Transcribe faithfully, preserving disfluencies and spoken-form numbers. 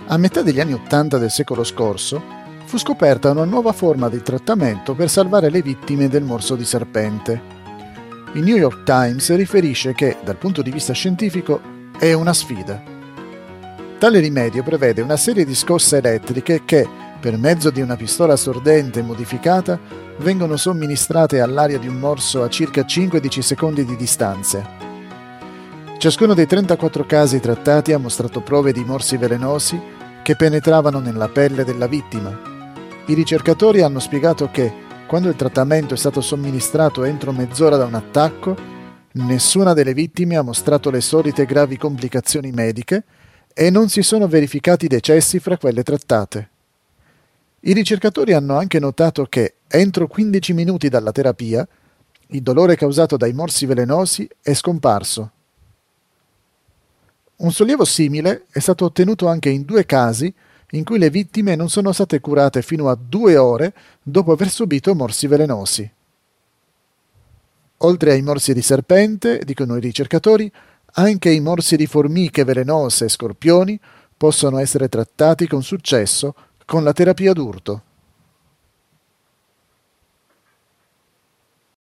A metà degli anni Ottanta del secolo scorso fu scoperta una nuova forma di trattamento per salvare le vittime del morso di serpente. Il New York Times riferisce che, dal punto di vista scientifico, è una sfida. Tale rimedio prevede una serie di scosse elettriche che, per mezzo di una pistola sordente modificata, vengono somministrate all'aria di un morso a circa cinque dieci secondi di distanza. Ciascuno dei trentaquattro casi trattati ha mostrato prove di morsi velenosi che penetravano nella pelle della vittima. I ricercatori hanno spiegato che, quando il trattamento è stato somministrato entro mezz'ora da un attacco, nessuna delle vittime ha mostrato le solite gravi complicazioni mediche e non si sono verificati decessi fra quelle trattate. I ricercatori hanno anche notato che, entro quindici minuti dalla terapia, il dolore causato dai morsi velenosi è scomparso. Un sollievo simile è stato ottenuto anche in due casi in cui le vittime non sono state curate fino a due ore dopo aver subito morsi velenosi. Oltre ai morsi di serpente, dicono i ricercatori, anche i morsi di formiche velenose e scorpioni possono essere trattati con successo con la terapia d'urto.